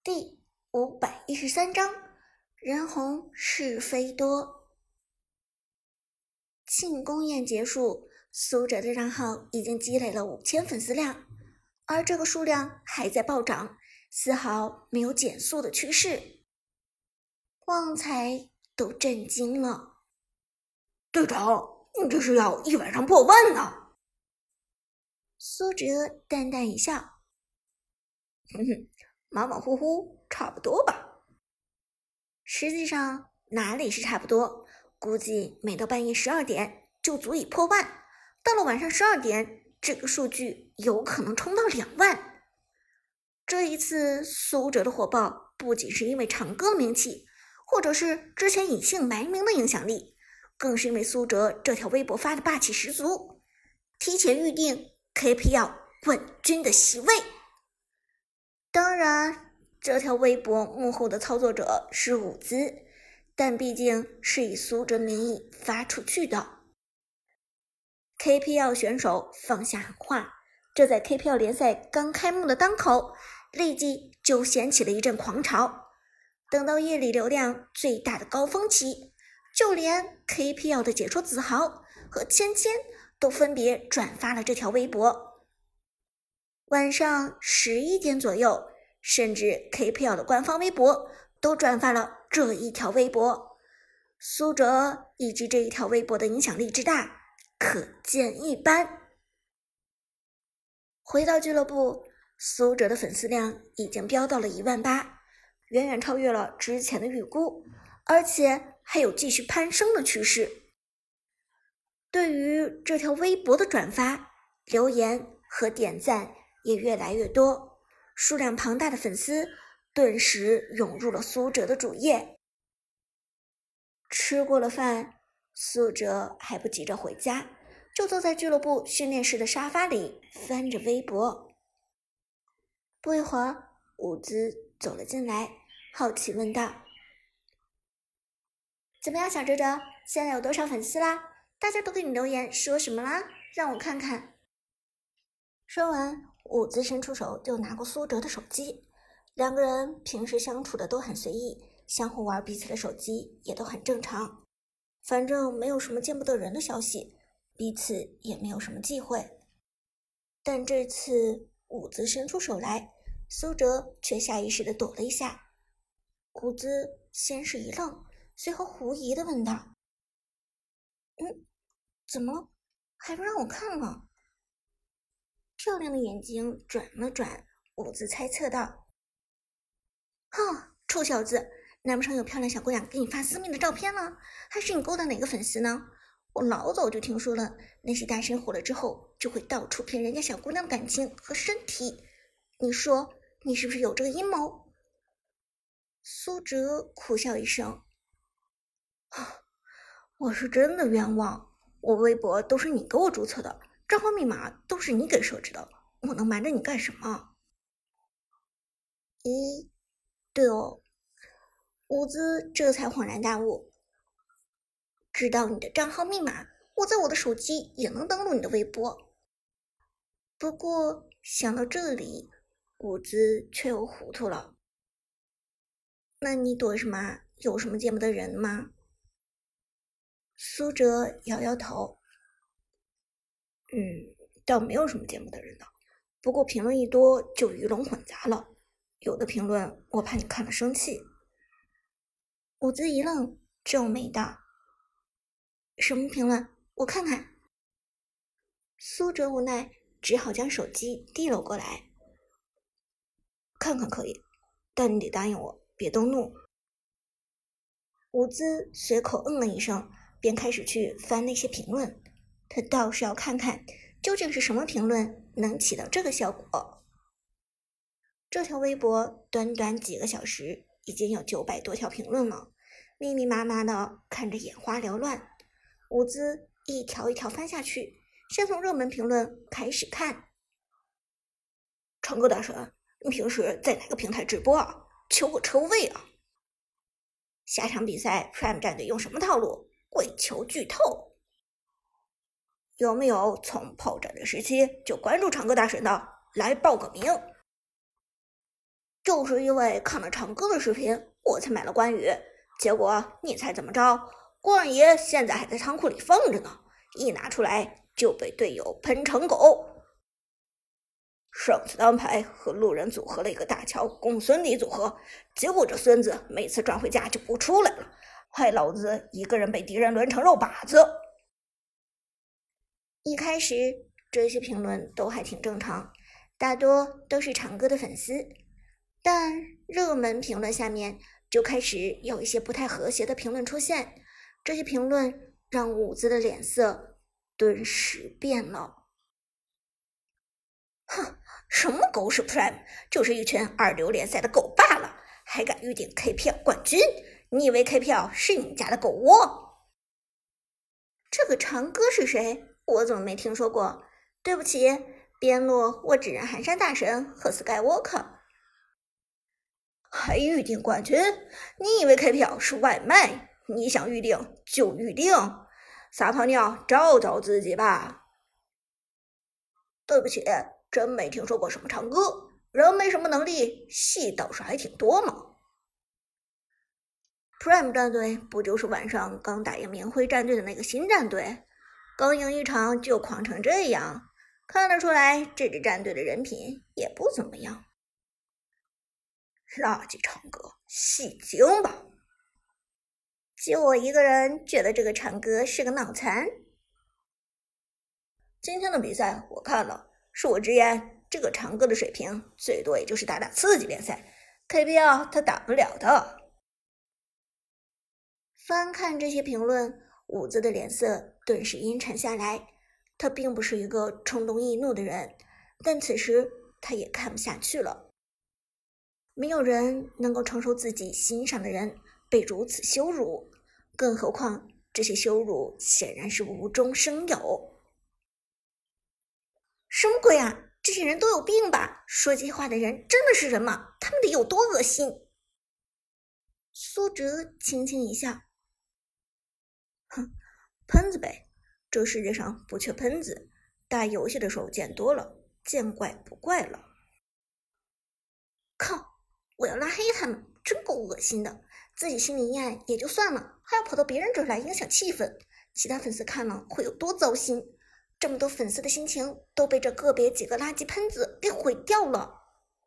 第513章人红是非多。庆功宴结束，苏哲的账号已经积累了5000粉丝量，而这个数量还在暴涨，丝毫没有减速的趋势。旺财都震惊了。 队长，你这是要一晚上破万呢？ 苏哲淡淡一笑， 马马虎虎，差不多吧。 实际上哪里是差不多，估计每到半夜12点就足以破万，到了晚上12点，这个数据有可能冲到2万。这一次苏哲的火爆不仅是因为长歌的名气，或者是之前隐姓埋名的影响力，更是因为苏哲这条微博发的霸气十足，提前预定 KPL 冠军的席位。当然这条微博幕后的操作者是伍兹，但毕竟是以苏哲名义发出去的。KPL 选手放下狠话，这在 KPL 联赛刚开幕的当口，立即就掀起了一阵狂潮。等到夜里流量最大的高峰期，就连 KPL 的解说子豪和芊芊都分别转发了这条微博。晚上11点左右，甚至 KPL 的官方微博都转发了这一条微博。苏哲以及这一条微博的影响力之大，可见一斑。回到俱乐部，苏哲的粉丝量已经飙到了18000，远远超越了之前的预估，而且还有继续攀升的趋势。对于这条微博的转发、留言和点赞也越来越多，数量庞大的粉丝顿时涌入了苏哲的主页。吃过了饭，苏哲还不急着回家，就坐在俱乐部训练室的沙发里翻着微博。不一会儿，伍兹走了进来，好奇问道：“怎么样，小哲哲，现在有多少粉丝啦？大家都给你留言说什么啦？让我看看。”说完，伍兹伸出手就拿过苏哲的手机，两个人平时相处的都很随意，相互玩彼此的手机也都很正常，反正没有什么见不得人的消息，彼此也没有什么忌讳。但这次伍兹伸出手来，苏哲却下意识地躲了一下。伍兹先是一愣，随后狐疑地问道：“怎么了？还不让我看了？”漂亮的眼睛转了转，伍兹猜测道：“臭小子，难不成有漂亮小姑娘给你发私密的照片了？还是你勾搭哪个粉丝呢？我老早就听说了，那些大神火了之后就会到处骗人家小姑娘的感情和身体，你说你是不是有这个阴谋？”苏哲苦笑一声：“我是真的冤枉，我微博都是你给我注册的，账号密码都是你给设置的，我能瞒着你干什么？”咦，对哦，伍兹这才恍然大悟，知道你的账号密码，我在我的手机也能登录你的微博。不过想到这里，伍兹却又糊涂了。那你躲什么？有什么见不得人吗？苏哲摇摇头，倒没有什么见不得人的，不过评论一多就鱼龙混杂了，有的评论我怕你看了生气。伍兹一愣，皱眉道：“什么评论？我看看。”苏哲无奈，只好将手机递了过来。看看可以，但你得答应我，别动怒。伍兹随口了一声，便开始去翻那些评论。他倒是要看看，究竟是什么评论能起到这个效果。这条微博短短几个小时，已经有900多条评论了，密密麻麻的，看着眼花缭乱。伍兹一条一条翻下去，先从热门评论开始看。 唱歌大神，你平时在哪个平台直播啊？求个车位啊！ 下场比赛 Prime 战队用什么套路？跪求剧透！ 有没有从炮战队时期就关注唱歌大神的？来报个名！ 就是因为看了长歌的视频，我才买了关羽。结果你猜怎么着？关二爷现在还在仓库里放着呢，一拿出来就被队友喷成狗。上次安排和路人组合了一个大乔公孙离组合，结果这孙子每次转回家就不出来了，害老子一个人被敌人抡成肉靶子。 一开始这些评论都还挺正常，大多都是长歌的粉丝，但热门评论下面就开始有一些不太和谐的评论出现，这些评论让伍兹的脸色顿时变了。 哼，什么狗屎 Prime， 就是一群二流联赛的狗罢了，还敢预定 KPL 冠军？你以为 KPL 是你家的狗窝？ 这个长歌是谁？我怎么没听说过？对不起，边路我只认寒山大神和 Skywalker。 还预定冠军？你以为 KPL 是外卖？你想预定就预定，撒泡尿照照自己吧。对不起，真没听说过什么长歌，人没什么能力，戏倒是还挺多嘛。 Prime 战队不就是晚上刚打赢明辉战队的那个新战队？刚赢一场就狂成这样，看得出来这支战队的人品也不怎么样。 垃圾长歌，戏精吧！ 就我一个人觉得这个长歌是个脑残。 今天的比赛我看了，恕我直言，这个长歌的水平最多也就是打打次级联赛 ，KPL 他打不了的。 翻看这些评论，伍兹的脸色顿时阴沉下来。他并不是一个冲动易怒的人，但此时他也看不下去了。没有人能够承受自己欣赏的人被如此羞辱，更何况这些羞辱显然是无中生有。什么鬼啊！这些人都有病吧？说这些话的人真的是人吗？他们得有多恶心？苏哲轻轻一笑， 哼，喷子呗，这世界上不缺喷子，打游戏的时候见多了，见怪不怪了。 靠！我要拉黑他们，真够恶心的。自己心里阴暗也就算了，还要跑到别人这儿来影响气氛，其他粉丝看了会有多糟心？这么多粉丝的心情都被这个别几个垃圾喷子给毁掉了。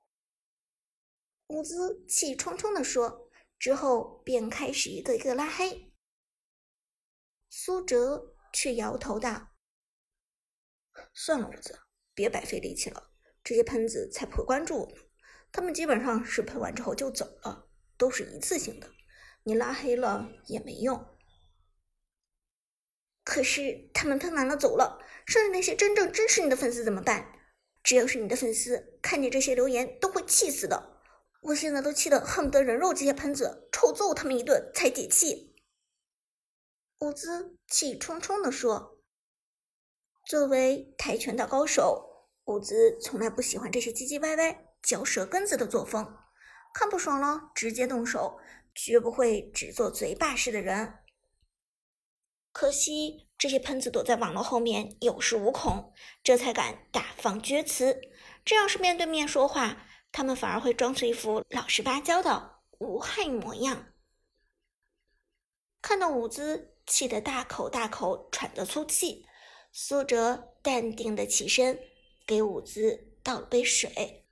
伍兹气冲冲地说，之后便开始一个一个拉黑。苏哲却摇头道： 算了，伍兹，别白费力气了，这些喷子才不会关注我呢。他们基本上是喷完之后就走了，都是一次性的，你拉黑了也没用。 可是他们喷完了走了，剩下那些真正支持你的粉丝怎么办？只要是你的粉丝，看见这些留言都会气死的。我现在都气得恨不得人肉这些喷子，臭揍他们一顿才解气。伍兹气冲冲地说，作为跆拳道高手，伍兹从来不喜欢这些唧唧歪歪嚼舌根子的作风，看不爽了直接动手，绝不会只做嘴把式的人。可惜这些喷子躲在网络后面有恃无恐，这才敢大放厥词。这要是面对面说话，他们反而会装出一副老实巴交的无害模样。看到伍兹气得大口大口喘着粗气，苏哲淡定地起身给伍兹倒了杯水，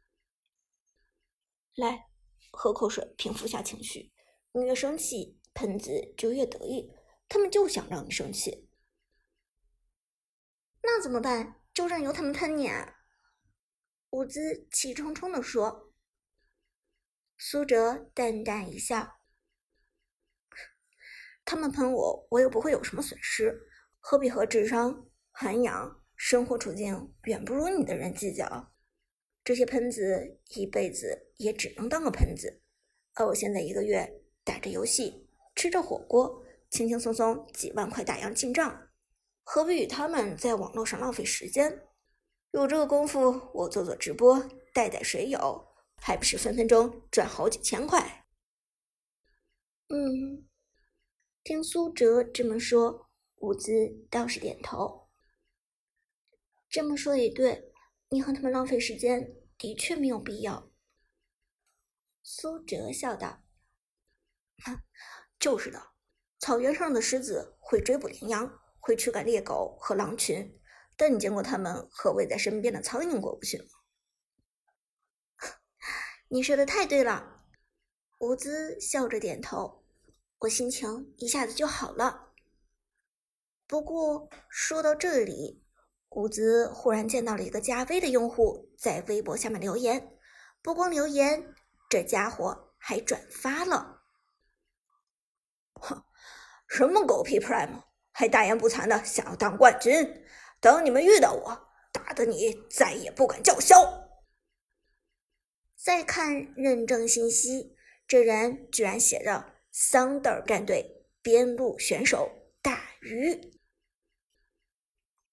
来，喝口水平复下情绪，你越生气喷子就越得意，他们就想让你生气。 那怎么办？就任由他们喷你啊！伍兹气冲冲地说。苏哲淡淡一笑， 他们喷我，我又不会有什么损失，何必和智商、涵养、生活处境远不如你的人计较？这些喷子一辈子也只能当个喷子，而我现在一个月打着游戏，吃着火锅，轻轻松松几万块大洋进账，何必与他们在网络上浪费时间？有这个功夫，我做做直播，带带水友，还不是分分钟赚好几千块？ 听苏哲这么说，伍兹倒是点头。这么说也对，你和他们浪费时间的确没有必要。 苏哲笑道：“就是的，草原上的狮子会追捕羚羊，会驱赶猎狗和狼群，但你见过它们和围在身边的苍蝇过不去吗？” 你说的太对了，伍兹笑着点头，我心情一下子就好了。不过说到这里，伍兹忽然见到了一个加微的用户在微博下面留言，不光留言，这家伙还转发了。 哼，什么狗屁 Prime， 还大言不惭的想要当冠军，等你们遇到我，打得你再也不敢叫嚣。 再看认证信息，这人居然写着 Thunder 战队边路选手大鱼。